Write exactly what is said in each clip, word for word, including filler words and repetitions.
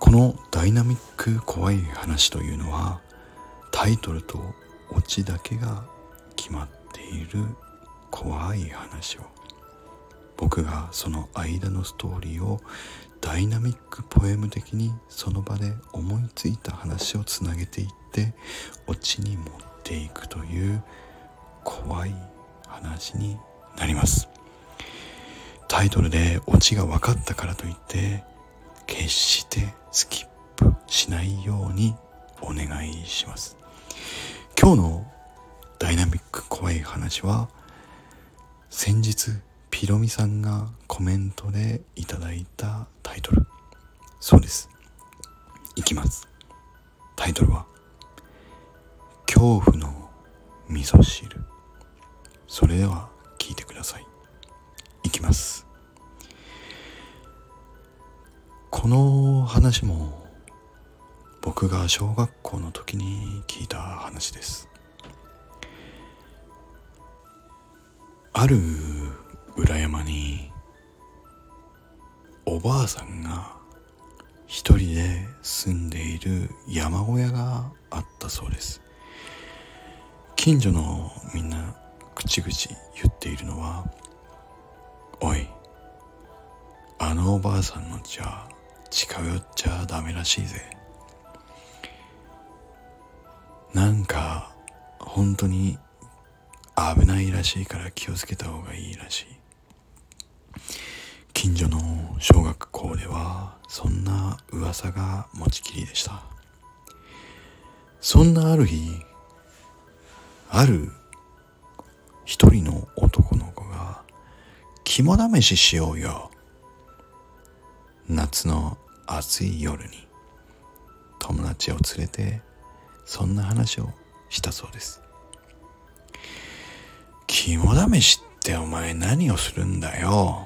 このダイナミック怖い話というのは、タイトルとオチだけが決まっている怖い話を、僕がその間のストーリーをダイナミックポエム的にその場で思いついた話をつなげていってオチに持っていくという怖い話になります。タイトルでオチが分かったからといって決してスキップしないようにお願いします。今日のダイナミック怖い話は、先日ピロミさんがコメントでいただいたタイトル。そうです、いきます。タイトルは恐怖の味噌汁。それでは聞いてください。いきます。この話も僕が小学校の時に聞いた話です。ある裏山におばあさんが一人で住んでいる山小屋があったそうです。近所のみんな口々言っているのは、おい、あのおばあさんの家は近寄っちゃダメらしいぜ。なんか本当に危ないらしいから気をつけた方がいいらしい。近所の小学校ではそんな噂が持ちきりでした。そんなある日、ある一人の男の子が肝試ししようよ。夏の暑い夜に友達を連れてそんな話をしたそうです。肝試しってお前何をするんだよ。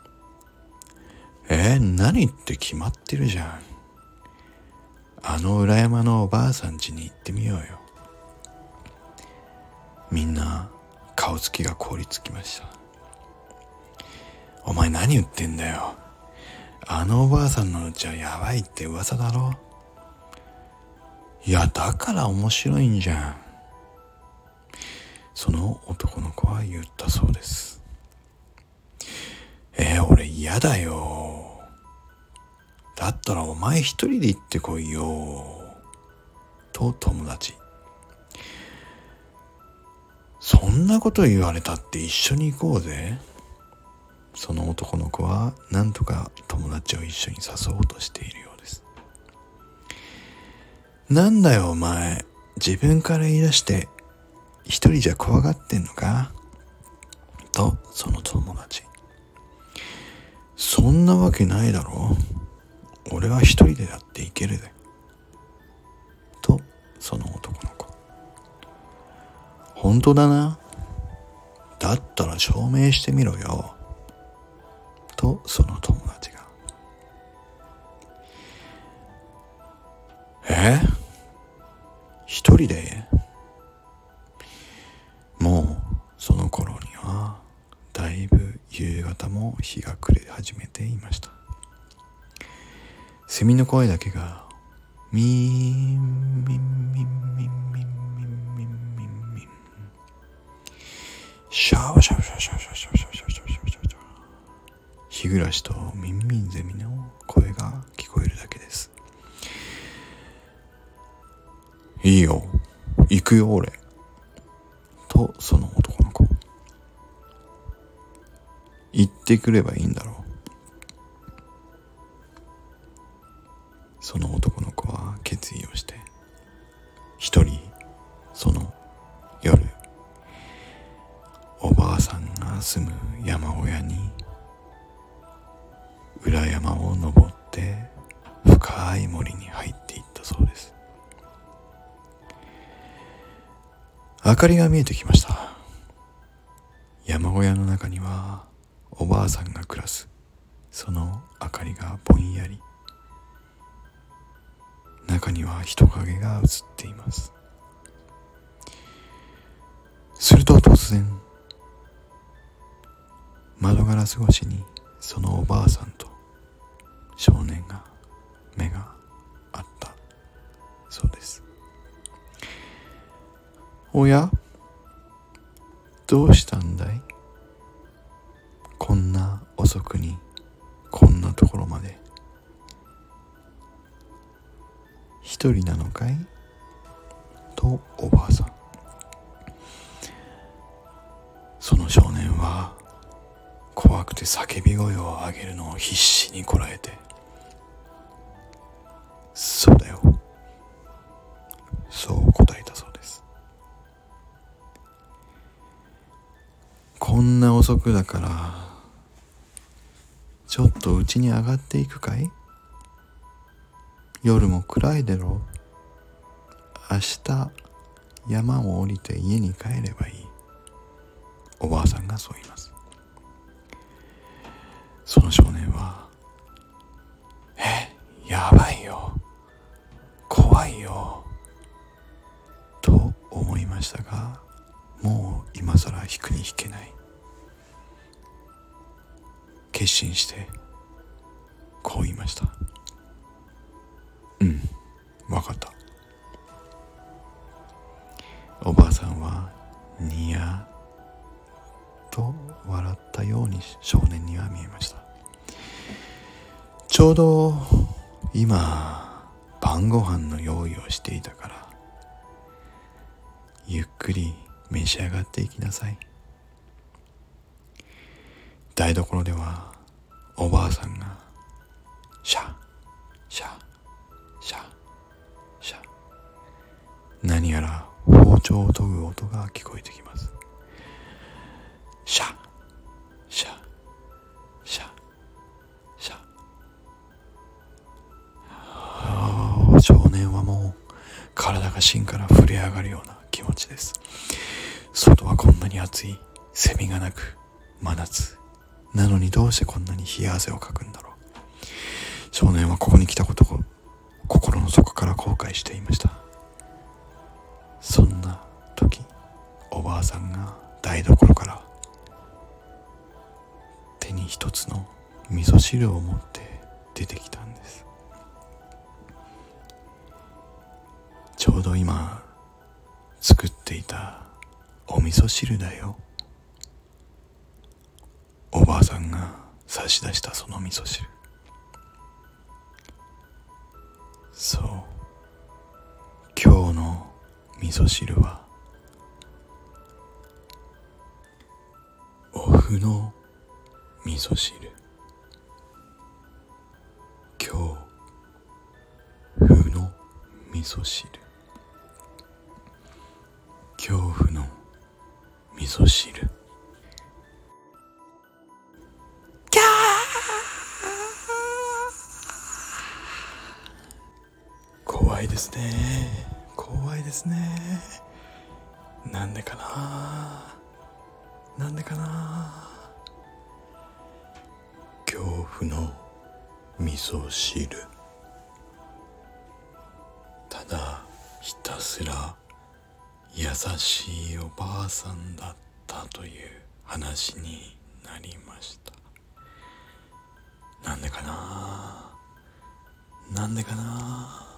えー、何って決まってるじゃん。あの裏山のおばあさん家に行ってみようよ。みんな顔つきが凍りつきました。お前何言ってんだよ。あのおばあさんのうちはやばいって噂だろ。いや、だから面白いんじゃん。その男の子は言ったそうです。えー、俺嫌だよ。だったらお前一人で行ってこいよ。と友達。そんなこと言われたって一緒に行こうぜ。その男の子はなんとか友達を一緒に誘おうとしているようです。なんだよお前、自分から言い出して一人じゃ怖がってんのかとその友達。そんなわけないだろ。俺は一人でだって行けるぜ。とその男の子。本当だな。だったら証明してみろよ。とその友達が。え？一人で？もうその頃にはだいぶ夕方も日が暮れ始めていました。セミの声だけがミーンミンミンミンミンミンミンミンミン、シャワシャワシャワシャワシャワシャワシャワシャワシャワシャワシャワ、日暮らしとミンミンゼミの声が聞こえるだけです。いいよ、行くよ俺。とその男の子。行ってくればいいんだろう。その男の子は決意をして一人その夜、おばあさんが住む山小屋に裏山を登って深い森に入っていったそうです。明かりが見えてきました。山小屋の中にはおばあさんが暮らす。その明かりがぼんやり、中には人影が映っています。すると突然、窓ガラス越しにそのおばあさんと少年が目がおや、どうしたんだい？こんな遅くにこんなところまで。一人なのかい？とおばあさん。その少年は怖くて叫び声を上げるのを必死にこらえて、そうだよ、そう答えたそうです。こんな遅くだからちょっとうちに上がっていくかい？夜も暗いだろう。明日山を降りて家に帰ればいい。おばあさんがそう言います。その少年は、え、やばいよ、怖いよと思いましたが、もう今さら引くに引けない。決心してこう言いました。うん、わかった。おばあさんはニヤッと笑ったように少年には見えました。ちょうど今晩ご飯の用意をしていたから、ゆっくり召し上がっていきなさい。台所ではおばあさんがシャシャシャシャ、何やら包丁を研ぐ音が聞こえてきます。シャシャシャシャ。少年はもう体が芯から震え上がるような気持ちです。外はこんなに暑い、セミが鳴く真夏なのに、どうしてこんなに冷や汗をかくんだろう。少年はここに来たことを心の底から後悔していました。そんな時、おばあさんが台所から手に一つの味噌汁を持って出てきたんです。ちょうど今作っていたお味噌汁だよ。おばあさんが差し出したその味噌汁。そう、今日の味噌汁はお麩の味噌汁。今日麩の味噌汁。恐怖の味噌汁。キャー。怖いですね、怖いですね。なんでかな、なんでかな。恐怖の味噌汁。ただひたすら優しいおばあさんだったという話になりました。なんでかな、なんでかな。